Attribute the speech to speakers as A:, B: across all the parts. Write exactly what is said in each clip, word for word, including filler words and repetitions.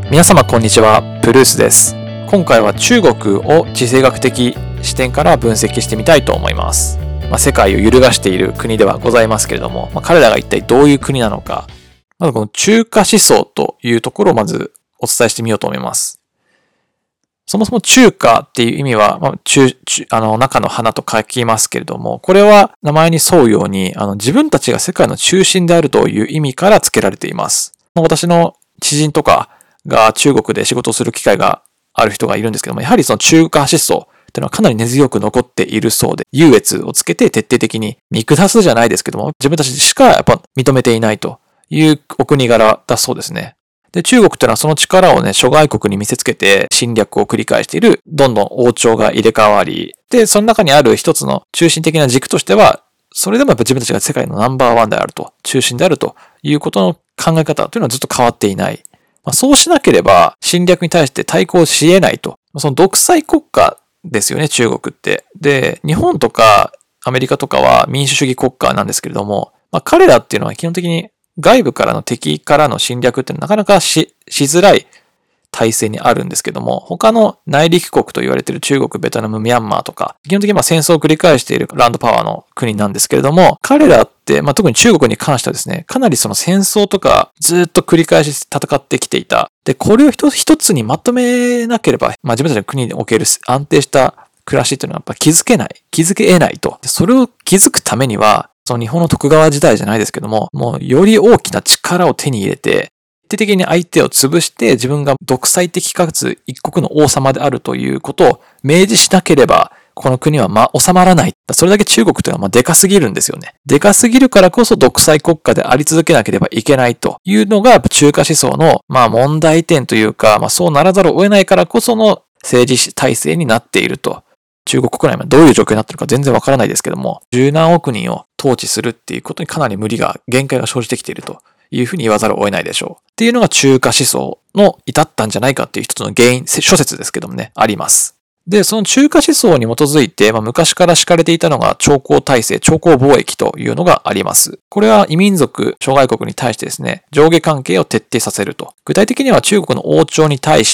A: 皆様こんにちは、プルースです。今回は中国を地政学的視点から分析してみたいと思います。まあ、世界を揺るがしている国ではございますけれども、まあ、彼らが一体どういう国なのか、まずこの中華思想というところをまずお伝えしてみようと思います。そもそも中華っていう意味は、まあ、中、中、あの、中の花と書きますけれども、これは名前に沿うように、あの、自分たちが世界の中心であるという意味から付けられています。私の知人とかが中国で仕事をする機会がある人がいるんですけども、やはりその中華思想っていうのはかなり根強く残っているそうで、優越をつけて徹底的に見下すじゃないですけども、自分たちしかやっぱ認めていないというお国柄だそうですね。で、中国っていうのはその力をね、諸外国に見せつけて侵略を繰り返している、どんどん王朝が入れ替わり、で、その中にある一つの中心的な軸としては、それでもやっぱ自分たちが世界のナンバーワンであると、中心であるということの考え方というのはずっと変わっていない。まあ、そうしなければ侵略に対して対抗し得ないと。その独裁国家ですよね、中国って。で、日本とかアメリカとかは民主主義国家なんですけれども、まあ、彼らっていうのは基本的に外部からの敵からの侵略ってなかなかし、しづらい体制にあるんですけども、他の内陸国と言われている中国、ベトナム、ミャンマーとか、基本的にまあ戦争を繰り返しているランドパワーの国なんですけれども、彼らって、まあ、特に中国に関してはですね、かなりその戦争とかずっと繰り返し戦ってきていた。で、これを一つ一つにまとめなければ、まあ、自分たちの国における安定した暮らしというのはやっぱ気づけない、気づけ得ないと。それを気づくためには、その日本の徳川時代じゃないですけども、もうより大きな力を手に入れて、徹底的に相手を潰して自分が独裁的かつ一国の王様であるということを明示しなければ、この国はまあ収まらない。それだけ中国というのはまあでかすぎるんですよね。でかすぎるからこそ独裁国家であり続けなければいけないというのが中華思想のまあ問題点というか、まあそうならざるを得ないからこその政治体制になっていると。中国国内はどういう状況になっているか全然わからないですけども、十何億人を統治するっていうことにかなり無理が、限界が生じてきているというふうに言わざるを得ないでしょう。っていうのが中華思想の至ったんじゃないかっていう一つの原因、諸説ですけどもね、あります。で、その中華思想に基づいて、まあ、昔から敷かれていたのが朝貢体制、朝貢貿易というのがあります。これは異民族、諸外国に対してですね、上下関係を徹底させると。具体的には中国の王朝に対して、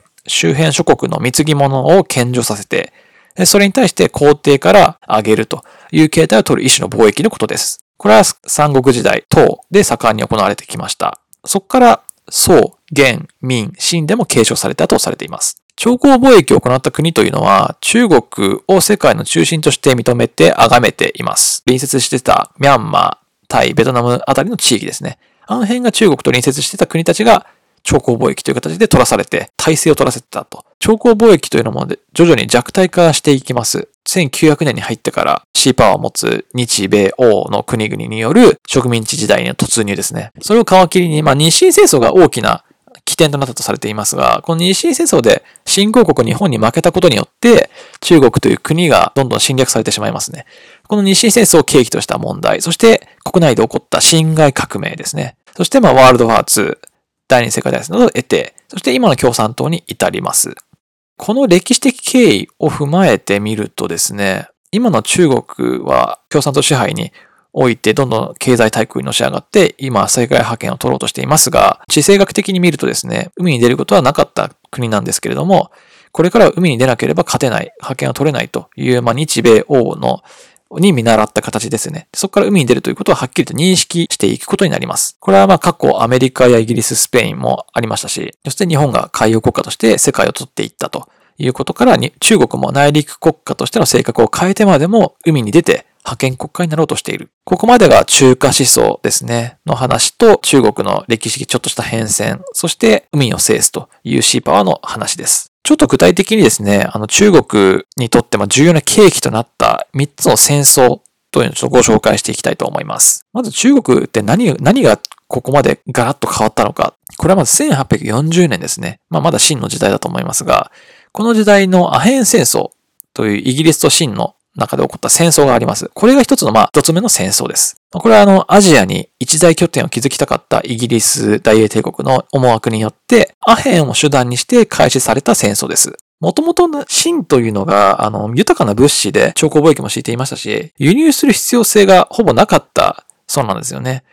A: 周辺諸国の貢ぎ物を献上させて、それに対して皇帝から上げるという形態を取る一種の貿易のことです。これは三国時代等で盛んに行われてきました。そこから宋、元、明、清でも継承されたとされています。朝貢貿易を行った国というのは中国を世界の中心として認めて崇めています。隣接してたミャンマー、タイ、ベトナムあたりの地域ですね。あの辺が中国と隣接してた国たちが朝貢貿易という形で取らされて、体制を取らせてたと。朝貢貿易というのも徐々に弱体化していきます。せんきゅうひゃくねんに入ってからシーパワーを持つ日米欧の国々による植民地時代の突入ですね。それを皮切りに、まあ日清戦争が大きな起点となったとされていますが、この日清戦争で新興国日本に負けたことによって、中国という国がどんどん侵略されてしまいますね。この日清戦争を契機とした問題、そして国内で起こった辛亥革命ですね。そしてまあワールドワーツー、第二次世界大戦などを得て、そして今の共産党に至ります。この歴史的経緯を踏まえてみるとですね、今の中国は共産党支配においてどんどん経済大国にのし上がって、今世界覇権を取ろうとしていますが、地政学的に見るとですね、海に出ることはなかった国なんですけれども、これから海に出なければ勝てない、覇権を取れないという、まあ、日米欧のに見習った形ですね。そこから海に出るということははっきりと認識していくことになります。これはまあ過去アメリカやイギリス、スペインもありましたし、そして日本が海洋国家として世界を取っていったということから、中国も内陸国家としての性格を変えてまでも海に出て覇権国家になろうとしている。ここまでが中華思想ですね、の話と中国の歴史的ちょっとした変遷、そして海を制すというシーパワーの話です。ちょっと具体的にですね、あの中国にとっても重要な契機となったみっつの戦争というのをちょっとご紹介していきたいと思います。まず中国って何、何がここまでガラッと変わったのか。これはまずせんはっぴゃくよんじゅうねんですね。まあまだ清の時代だと思いますが、この時代のアヘン戦争というイギリスと清の中で起こった戦争があります。これが一つのまあ一つ目の戦争です。これはあのアジアに一大拠点を築きたかったイギリス大英帝国の思惑によってアヘンを手段にして開始された戦争です。もともと清というのがあの豊かな物資で朝貢貿易も敷いていましたし、輸入する必要性がほぼなかったそうなんですよね。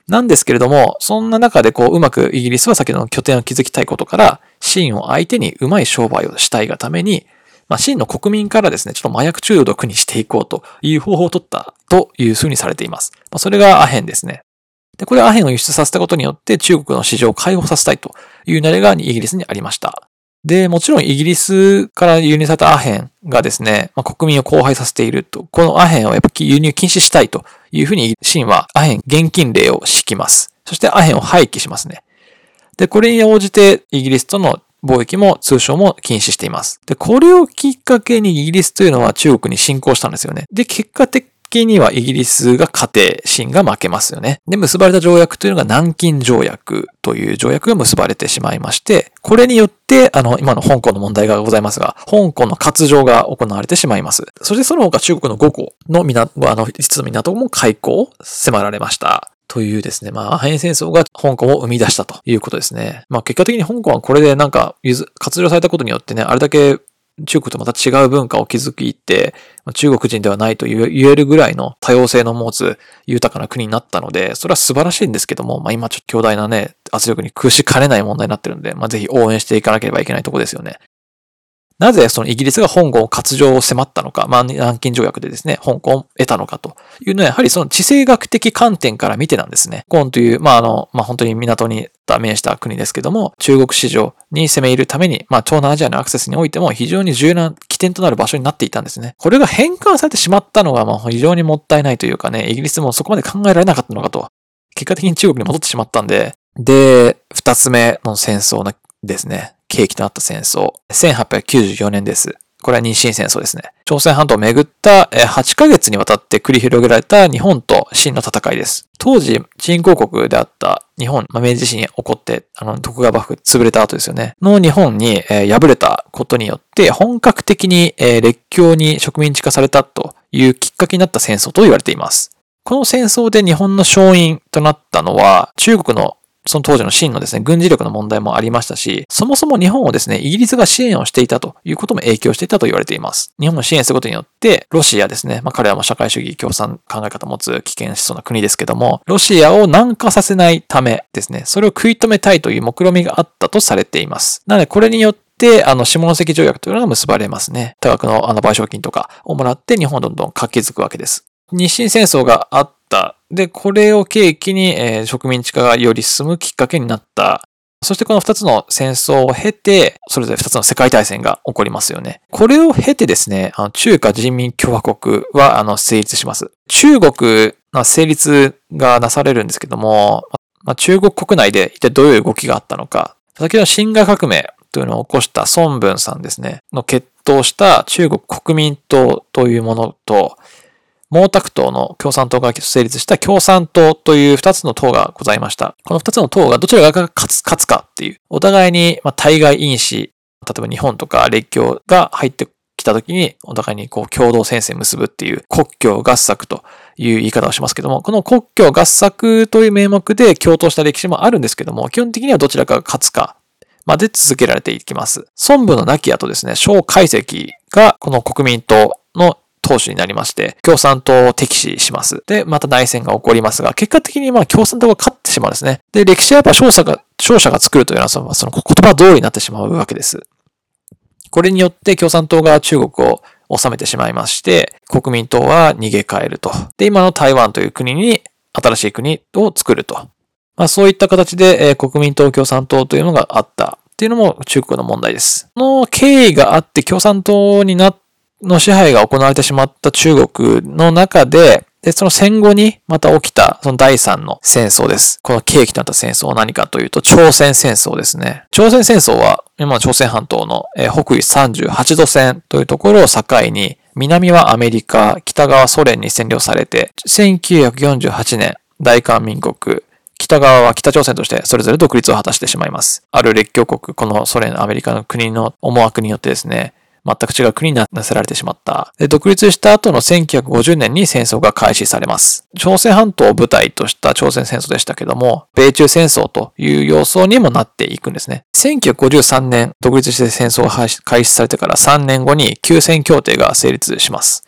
A: なんですけれども、そんな中でこう、うまくイギリスは先ほどの拠点を築きたいことから、清を相手にうまい商売をしたいがために、まあ、清の国民からですね、ちょっと麻薬中毒にしていこうという方法を取ったというふうにされています。まあ、それがアヘンですね。で、これはアヘンを輸出させたことによって中国の市場を開放させたいという流れがイギリスにありました。で、もちろんイギリスから輸入されたアヘンがですね、まあ、国民を荒廃させていると、このアヘンをやっぱり輸入禁止したいというふうに清はアヘン厳禁令を敷きます。そしてアヘンを廃棄しますね。で、これに応じてイギリスとの貿易も通商も禁止しています。で、これをきっかけにイギリスというのは中国に侵攻したんですよね。で、結果的にはイギリスが勝て、清が負けますよね。で、結ばれた条約というのが南京条約という条約が結ばれてしまいまして、これによって、あの、今の香港の問題がございますが、香港の割譲が行われてしまいます。そしてその他中国のごこの港、あの、いつつの港も開港を迫られました。というですね、まあ、アヘン戦争が香港を生み出したということですね。まあ、結果的に香港はこれでなんか、割譲されたことによってね、あれだけ中国とまた違う文化を築き入って、中国人ではないと言えるぐらいの多様性の持つ豊かな国になったので、それは素晴らしいんですけども、まあ今ちょっと強大なね、圧力に屈しかねない問題になってるので、まあぜひ応援していかなければいけないところですよね。なぜそのイギリスが香港を割譲を迫ったのか、まあ南京条約でですね、香港を得たのかというのは、やはりその地政学的観点から見てなんですね。香港という、まああの、まあ本当に港に面した国ですけども、中国市場に攻め入るために、まあ東南アジアのアクセスにおいても非常に重要な起点となる場所になっていたんですね。これが返還されてしまったのが、まあ非常にもったいないというかね、イギリスもそこまで考えられなかったのかと。結果的に中国に戻ってしまったんで、で、二つ目の戦争ですね。契機となった戦争。せんはっぴゃくきゅうじゅうよねんです。これは日清戦争ですね。朝鮮半島をめぐったはちかげつにわたって繰り広げられた日本と清の戦いです。当時、新興国であった日本、まあ、明治維新起こって、あの、徳川幕府潰れた後ですよね。の日本に、えー、敗れたことによって、本格的に、えー、列強に植民地化されたというきっかけになった戦争と言われています。この戦争で日本の勝因となったのは、中国のその当時の清のですね、軍事力の問題もありましたし、そもそも日本をですね、イギリスが支援をしていたということも影響していたと言われています。日本を支援することによって、ロシアですね、まあ彼らも社会主義共産考え方を持つ危険思想な国ですけども、ロシアを軟化させないためですね、それを食い止めたいという目論みがあったとされています。なので、これによってで、あの、下関条約というのが結ばれますね。多額のあの賠償金とかをもらって日本はどんどん活気づくわけです。日清戦争があった。で、これを契機に、えー、植民地化がより進むきっかけになった。そしてこの二つの戦争を経て、それぞれ二つの世界大戦が起こりますよね。これを経てですね、あの中華人民共和国はあの成立します。中国の成立がなされるんですけども、まあ、中国国内で一体どういう動きがあったのか。先ほど辛亥革命というのを起こした孫文さんですね、の決闘した中国国民党というものと、毛沢東の共産党が成立した共産党という二つの党がございました。この二つの党がどちらが勝つ、勝つかっていう、お互いに対外因子、例えば日本とか列強が入ってきたときに、お互いにこう共同戦線結ぶっていう国共合作という言い方をしますけども、この国共合作という名目で共闘した歴史もあるんですけども、基本的にはどちらかが勝つか、まで続けられていきます。孫文の亡き後ですね、蒋介石がこの国民党の党首になりまして、共産党を敵視します。で、また内戦が起こりますが、結果的にまあ共産党が勝ってしまうんですね。で、歴史はやっぱ勝者が、勝者が作るというのはその、その言葉通りになってしまうわけです。これによって共産党が中国を治めてしまいまして、国民党は逃げ帰ると。で、今の台湾という国に新しい国を作ると。まあそういった形で、えー、国民党共産党というのがあったっていうのも中国の問題です。この経緯があって共産党になっての支配が行われてしまった中国の中で、で、その戦後にまた起きた、その第三の戦争です。この契機となった戦争は何かというと、朝鮮戦争ですね。朝鮮戦争は、今の朝鮮半島の北緯さんじゅうはちど線というところを境に、南はアメリカ、北側ソ連に占領されて、せんきゅうひゃくよんじゅうはちねん、大韓民国、北側は北朝鮮としてそれぞれ独立を果たしてしまいます。ある列強国、このソ連、アメリカの国の思惑によってですね、全く違う国になせられてしまった。で、独立した後のせんきゅうひゃくごじゅうねんに戦争が開始されます。朝鮮半島を舞台とした朝鮮戦争でしたけども、米中戦争という様相にもなっていくんですね。せんきゅうひゃくごじゅうさんねん、独立して戦争が開始されてからさんねんごに休戦協定が成立します。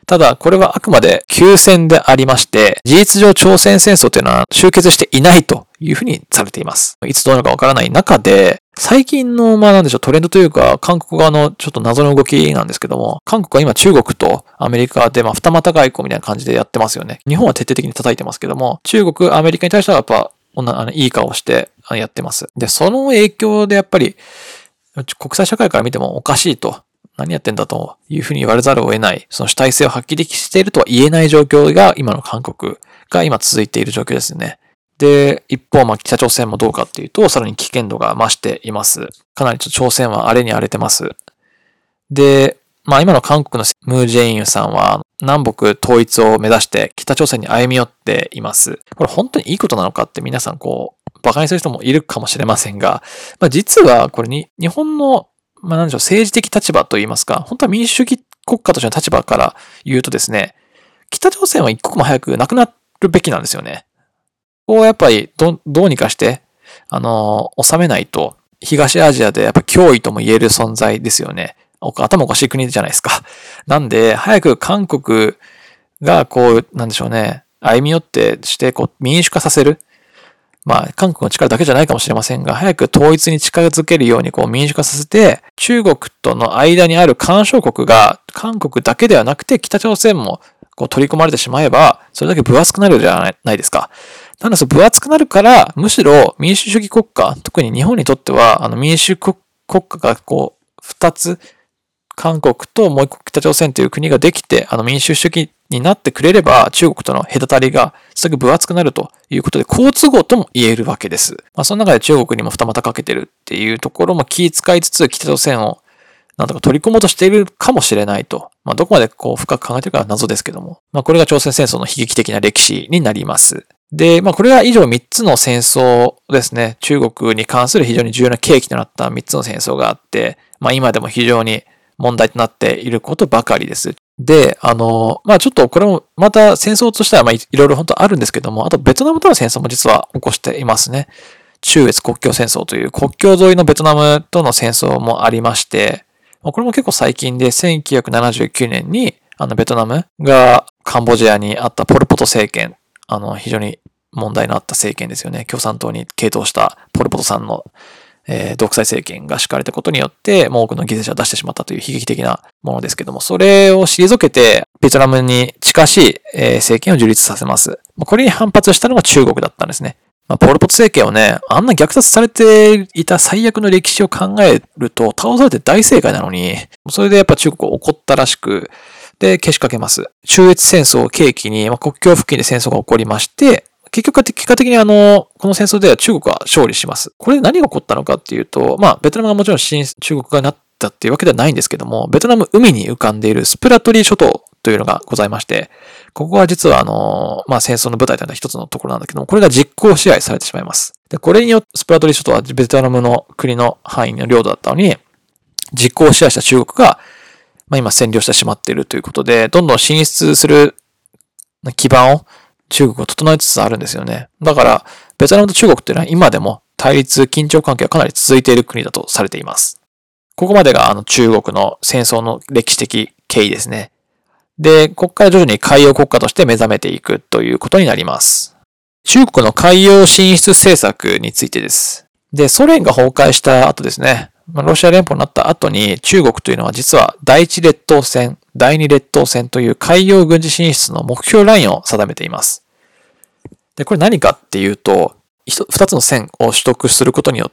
A: ただ、これはあくまで休戦でありまして、事実上朝鮮戦争というのは終結していないというふうにされています。いつどうなるかわからない中で、最近の、まあなんでしょう、トレンドというか、韓国側のちょっと謎の動きなんですけども、韓国は今中国とアメリカで、まあ二股外交みたいな感じでやってますよね。日本は徹底的に叩いてますけども、中国、アメリカに対してはやっぱ、あのいい顔してやってます。で、その影響でやっぱり、国際社会から見てもおかしいと。何やってんだというふうに言われざるを得ない、その主体性を発揮しているとは言えない状況が今の韓国が今続いている状況ですね。で、一方、まあ北朝鮮もどうかっていうと、さらに危険度が増しています。かなりちょっと朝鮮は荒れに荒れてます。で、まあ今の韓国のムー・ジェインさんは南北統一を目指して北朝鮮に歩み寄っています。これ本当にいいことなのかって皆さんこう、馬鹿にする人もいるかもしれませんが、まあ実はこれに日本のまあなんでしょう、政治的立場といいますか、本当は民主主義国家としての立場から言うとですね、北朝鮮は一刻も早くなくなるべきなんですよね。ここをやっぱりど、どうにかして、あの、収めないと、東アジアでやっぱ脅威とも言える存在ですよね。頭おかしい国じゃないですか。なんで、早く韓国がこう、なんでしょうね、歩み寄ってして、こう、民主化させる。まあ、韓国の力だけじゃないかもしれませんが、早く統一に近づけるようにこう民主化させて、中国との間にある干渉国が、韓国だけではなくて北朝鮮もこう取り込まれてしまえば、それだけ分厚くなるじゃないですか。なので、その分厚くなるから、むしろ民主主義国家、特に日本にとっては、あの民主国家がこう、二つ、韓国ともう一個北朝鮮という国ができて、あの民主主義になってくれれば、中国との隔たりがすぐ分厚くなるということで、好都合とも言えるわけです。まあ、その中で中国にも二股かけてるっていうところも気遣いつつ、北朝鮮をなんとか取り込もうとしているかもしれないと。まあ、どこまでこう深く考えてるかは謎ですけども。まあ、これが朝鮮戦争の悲劇的な歴史になります。で、まあ、これは以上みっつの戦争ですね。中国に関する非常に重要な契機となったみっつの戦争があって、まあ、今でも非常に問題となっていることばかりです。で、あの、まあちょっとこれもまた戦争としてはまあいろいろ本当あるんですけども、あとベトナムとの戦争も実は起こしていますね。中越国境戦争という国境沿いのベトナムとの戦争もありまして、これも結構最近でせんきゅうひゃくななじゅうきゅうねんにあのベトナムがカンボジアにあったポルポト政権、あの非常に問題のあった政権ですよね。共産党に傾倒したポルポトさんのえー、独裁政権が敷かれたことによって、もう多くの犠牲者を出してしまったという悲劇的なものですけども、それを退けて、ベトナムに近しい、えー、政権を樹立させます。これに反発したのが中国だったんですね。まあ、ポル・ポト政権をね、あんな虐殺されていた最悪の歴史を考えると、倒されて大正解なのに、それでやっぱ中国は怒ったらしく、で、けしかけます。中越戦争を契機に、まあ、国境付近で戦争が起こりまして、結局は結果的にあの、この戦争では中国は勝利します。これで何が起こったのかっていうと、まあ、ベトナムがもちろん新中国がなったっていうわけではないんですけども、ベトナム海に浮かんでいるスプラトリー諸島というのがございまして、ここは実はあの、まあ、戦争の舞台というのは一つのところなんだけども、これが実効支配されてしまいます。で、これによって、スプラトリー諸島はベトナムの国の範囲の領土だったのに、実効支配した中国が、まあ、今占領してしまっているということで、どんどん進出する基盤を中国を整えつつあるんですよね。だから、ベトナムと中国っていうのは今でも対立、緊張関係がかなり続いている国だとされています。ここまでがあの中国の戦争の歴史的経緯ですね。で、ここから徐々に海洋国家として目覚めていくということになります。中国の海洋進出政策についてです。で、ソ連が崩壊した後ですね、ロシア連邦になった後に中国というのは実は第一列島線、第二列島線という海洋軍事進出の目標ラインを定めています。で、これ何かっていうと、二つの線を取得することによって、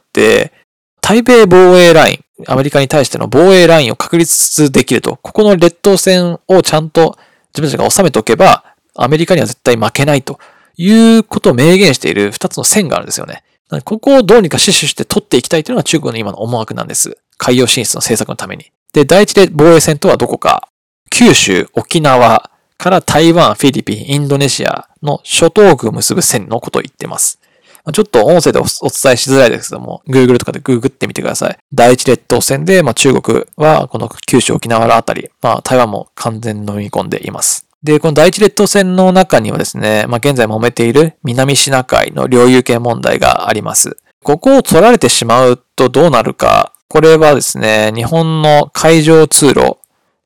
A: 対米防衛ライン、アメリカに対しての防衛ラインを確立できると。ここの列島線をちゃんと自分たちが収めておけば、アメリカには絶対負けないということを明言している二つの線があるんですよね。ここをどうにか死守して取っていきたいというのが中国の今の思惑なんです。海洋進出の政策のために。で、第一防衛線とはどこか、九州、沖縄から台湾、フィリピン、インドネシアの諸島国を結ぶ線のことを言っています。ちょっと音声でお伝えしづらいですけども、Google とかでググってみてください。第一列島線で、まあ、中国はこの九州、沖縄あたり、まあ、台湾も完全に飲み込んでいます。で、この第一列島線の中にはですね、まあ、現在揉めている南シナ海の領有権問題があります。ここを取られてしまうとどうなるか、これはですね、日本の海上通路、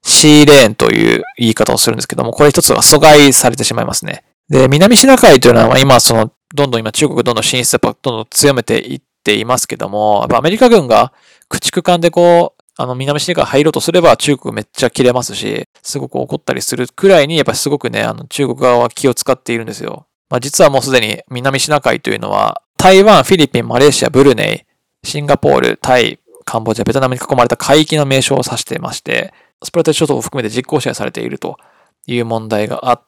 A: シーレーンという言い方をするんですけども、これ一つが阻害されてしまいますね。で、南シナ海というのは今、その、どんどん今中国どんどん進出をどんどん強めていっていますけども、やっぱアメリカ軍が駆逐艦でこう、あの、南シナ海入ろうとすれば中国めっちゃ切れますし、すごく怒ったりするくらいに、やっぱすごくね、あの、中国側は気を使っているんですよ。まあ、実はもうすでに南シナ海というのは、台湾、フィリピン、マレーシア、ブルネイ、シンガポール、タイ、カンボジア、ベトナムに囲まれた海域の名称を指していまして、スプラト諸島を含めて実効支配されているという問題があって、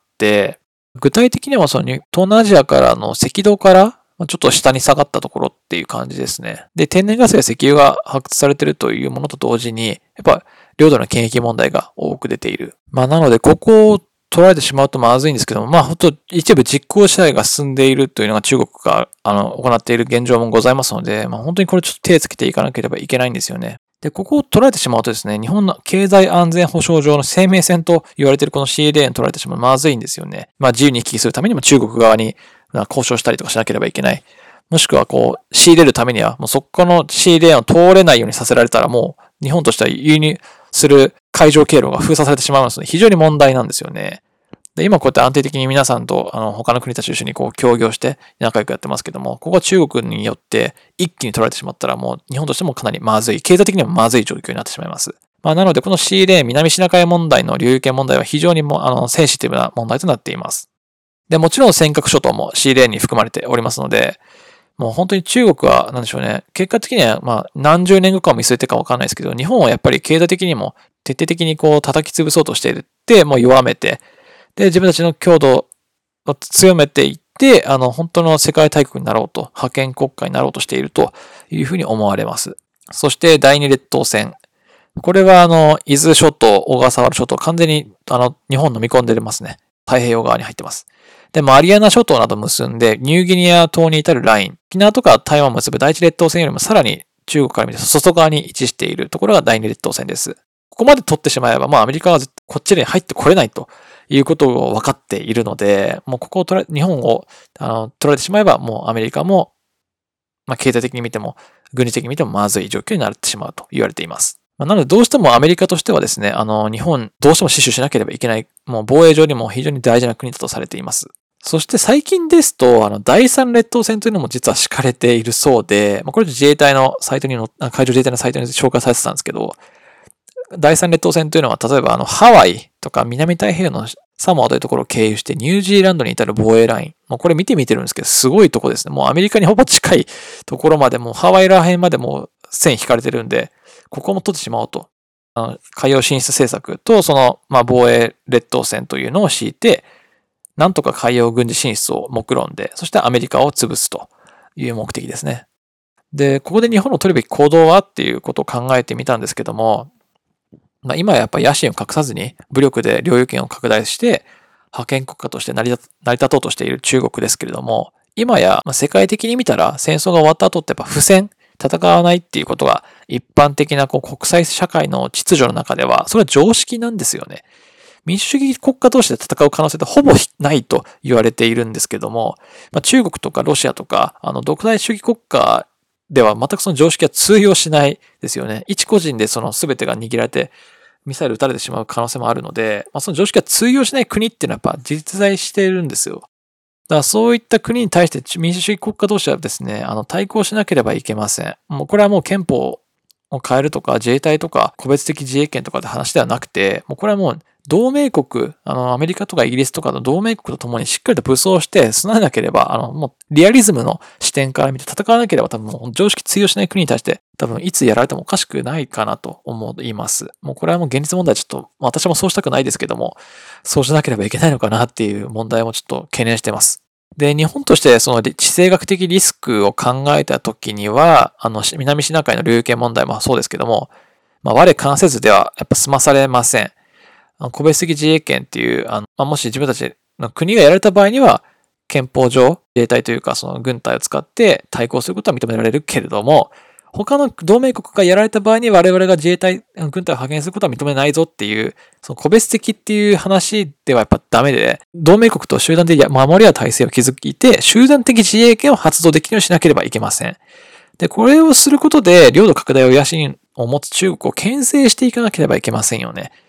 A: 具体的にはその東南アジアからの赤道からちょっと下に下がったところっていう感じですね。で、天然ガスや石油が発掘されているというものと同時に、やっぱ領土の権益問題が多く出ている。まあなので、ここを取られてしまうとまずいんですけども、まあ本当一部実効支配が進んでいるというのが中国があの行っている現状もございますので、まあ本当にこれちょっと手をつけていかなければいけないんですよね。で、ここを取られてしまうとですね、日本の経済安全保障上の生命線と言われているこの シーレーン取られてしまうとまずいんですよね。まあ自由に行き来するためにも中国側に交渉したりとかしなければいけない。もしくはこう、仕入れるためには、もうそこの シーレーンを通れないようにさせられたらもう日本としては輸入する海上経路が封鎖されてしまうので非常に問題なんですよね。で、今こうやって安定的に皆さんとあの他の国たちと一緒にこう協業して仲良くやってますけども、ここは中国によって一気に取られてしまったらもう日本としてもかなりまずい、経済的にもまずい状況になってしまいます。まあなのでこの シーレーン、南シナ海問題の領有権問題は非常にもあのセンシティブな問題となっています。で、もちろん尖閣諸島も シーレーンに含まれておりますので、もう本当に中国は何でしょうね、結果的にはまあ何十年後かを見据えてかわかんないですけど、日本はやっぱり経済的にも徹底的にこう叩き潰そうとしているって、もう弱めて、で、自分たちの強度を強めていって、あの、本当の世界大国になろうと、覇権国家になろうとしているというふうに思われます。そして第二列島線。これはあの、伊豆諸島、小笠原諸島、完全にあの、日本飲み込んでますね。太平洋側に入ってます。で、マリアナ諸島など結んで、ニューギニア島に至るライン。沖縄とか台湾を結ぶ第一列島線よりもさらに中国から見て外側に位置しているところが第二列島線です。ここまで取ってしまえば、まあアメリカはこっちに入ってこれないということを分かっているので、もうここを取ら、日本をあの取られてしまえば、もうアメリカも、まあ経済的に見ても、軍事的に見てもまずい状況になってしまうと言われています。まあ、なのでどうしてもアメリカとしてはですね、あの日本どうしても死守しなければいけない、もう防衛上にも非常に大事な国だとされています。そして最近ですと、あの、第三列島線というのも実は敷かれているそうで、まあ、これ自衛隊のサイトにの、海上自衛隊のサイトに紹介されてたんですけど、第三列島線というのは、例えばあの、ハワイとか南太平洋のサモアというところを経由してニュージーランドに至る防衛ライン。もうこれ見てみてるんですけど、すごいとこですね。もうアメリカにほぼ近いところまで、もうハワイら辺までもう線引かれてるんで、ここも取ってしまおうと。あの海洋進出政策と、その、まあ、防衛列島線というのを敷いて、なんとか海洋軍事進出を目論んで、そしてアメリカを潰すという目的ですね。で、ここで日本の取るべき行動はっていうことを考えてみたんですけども、まあ、今はやっぱり野心を隠さずに武力で領有権を拡大して覇権国家として成り立、成り立とうとしている中国ですけれども、今や世界的に見たら戦争が終わった後ってやっぱ不戦、戦わないっていうことが一般的なこう国際社会の秩序の中ではそれは常識なんですよね。民主主義国家同士で戦う可能性ってほぼないと言われているんですけども、まあ、中国とかロシアとかあの独裁主義国家では全くその常識は通用しないですよね。一個人でその全てが握られてミサイル撃たれてしまう可能性もあるので、まあ、その常識が通用しない国っていうのはやっぱ実在しているんですよ。だからそういった国に対して民主主義国家同士はですね、あの対抗しなければいけません。もうこれはもう憲法を変えるとか自衛隊とか個別的自衛権とかって話ではなくて、もうこれはもう同盟国、あの、アメリカとかイギリスとかの同盟国と共にしっかりと武装して備えなければ、あの、もうリアリズムの視点から見て戦わなければ多分もう常識通用しない国に対して多分いつやられてもおかしくないかなと思います。もうこれはもう現実問題ちょっと私もそうしたくないですけども、そうしなければいけないのかなっていう問題もちょっと懸念してます。で、日本としてその地政学的リスクを考えたときには、あの、南シナ海の領有権問題もそうですけども、まあ、我関せずではやっぱ済まされません。個別的自衛権っていう、あの、まあ、もし自分たちの国がやられた場合には、憲法上、自衛隊というかその軍隊を使って対抗することは認められるけれども、他の同盟国がやられた場合に我々が自衛隊、軍隊を派遣することは認めないぞっていう、その個別的っていう話ではやっぱダメで、同盟国と集団で守り合う体制を築いて、集団的自衛権を発動できるようにしなければいけません。で、これをすることで、領土拡大を野心を持つ中国を牽制していかなければいけませんよね。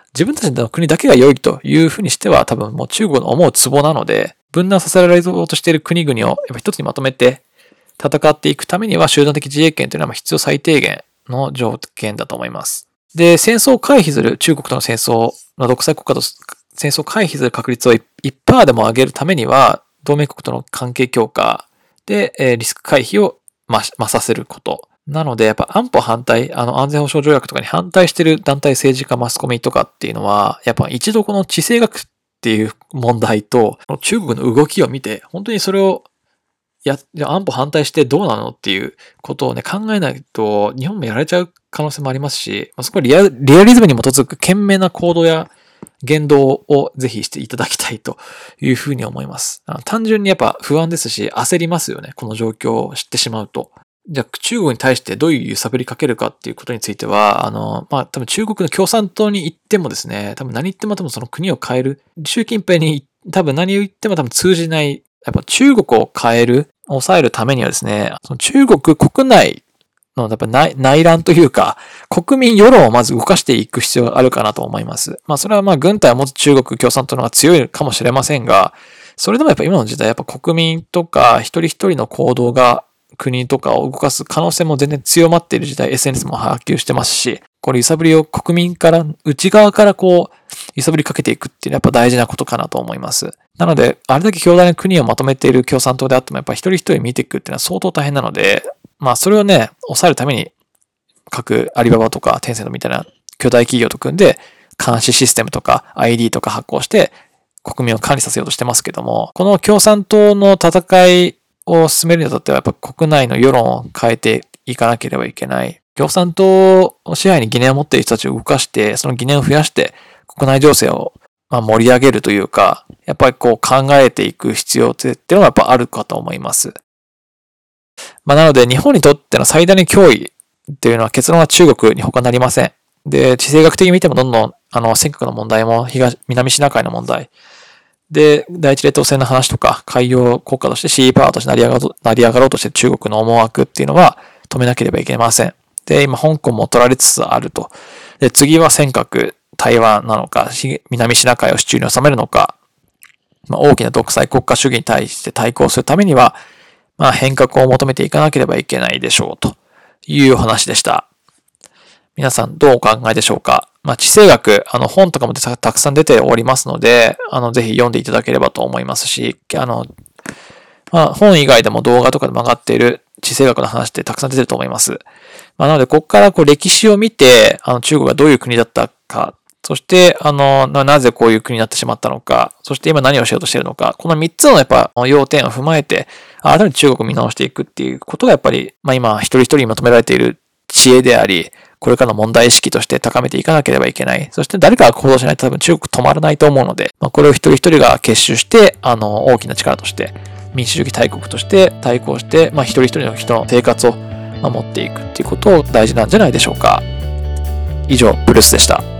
A: 自分たちの国だけが良いというふうにしては多分もう中国の思うツボなので、分断させられようとしている国々をやっぱ一つにまとめて戦っていくためには集団的自衛権というのは必要最低限の条件だと思います。で、戦争を回避する、中国との戦争の独裁国家と戦争を回避する確率を いちパーセント でも上げるためには、同盟国との関係強化で、えー、リスク回避を増させること。なので、やっぱ安保反対、あの安全保障条約とかに反対している団体、政治家、マスコミとかっていうのは、やっぱ一度この地政学っていう問題と、中国の動きを見て、本当にそれをや、安保反対してどうなのっていうことをね、考えないと、日本もやられちゃう可能性もありますし、そこはリア、リアリズムに基づく懸命な行動や言動をぜひしていただきたいというふうに思います。単純にやっぱ不安ですし、焦りますよね。この状況を知ってしまうと。じゃあ中国に対してどういう揺さぶりかけるかっていうことについては、あの、まあ、多分中国の共産党に行ってもですね、多分何言っても多分その国を変える。習近平に多分何を言っても多分通じない。やっぱ中国を変える、抑えるためにはですね、その中国国内のやっぱ内、内乱というか、国民世論をまず動かしていく必要があるかなと思います。まあそれはまあ軍隊を持つ中国共産党の方が強いかもしれませんが、それでもやっぱ今の時代やっぱ国民とか一人一人の行動が国とかを動かす可能性も全然強まっている時代、エスエヌエス も波及してますし、これ揺さぶりを国民から、内側からこう、揺さぶりかけていくっていうのはやっぱ大事なことかなと思います。なので、あれだけ強大な国をまとめている共産党であってもやっぱ一人一人見ていくっていうのは相当大変なので、まあそれをね、抑えるために各アリババとかテンセントみたいな巨大企業と組んで監視システムとか アイディー とか発行して国民を管理させようとしてますけども、この共産党の戦いを進めるにあたってはやっぱ国内の世論を変えていかなければいけない。共産党を支配に疑念を持っている人たちを動かして、その疑念を増やして国内情勢をまあ盛り上げるというか、やっぱりこう考えていく必要っていうのがやっぱあるかと思います。まあなので日本にとっての最大の脅威っていうのは結論は中国に他なりません。で、地政学的に見てもどんどんあの尖閣の問題も東、南シナ海の問題。で、第一列島線の話とか、海洋国家としてシーパワーとして成り上がろう、成り上がろうとして中国の思惑っていうのは止めなければいけません。で、今、香港も取られつつあると。で、次は尖閣、台湾なのか、南シナ海を手中に収めるのか、まあ、大きな独裁国家主義に対して対抗するためには、まあ、変革を求めていかなければいけないでしょうというお話でした。皆さんどうお考えでしょうか。まあ、地政学、あの本とかもたくさん出ておりますので、あの、ぜひ読んでいただければと思いますし、あの、まあ、本以外でも動画とかで曲がっている地政学の話ってたくさん出てると思います。まあ、なので、ここからこう歴史を見て、あの、中国がどういう国だったか、そして、あの、なぜこういう国になってしまったのか、そして今何をしようとしているのか、このみっつのやっぱ要点を踏まえて、改めて中国を見直していくっていうことがやっぱり、まあ今、一人一人に求められている知恵であり、これからの問題意識として高めていかなければいけない。そして誰かが行動しないと多分中国止まらないと思うので、まあ、これを一人一人が結集して、あの、大きな力として、民主主義大国として対抗して、まあ、一人一人の人の生活を守っていくっていうことを大事なんじゃないでしょうか。以上、ブルースでした。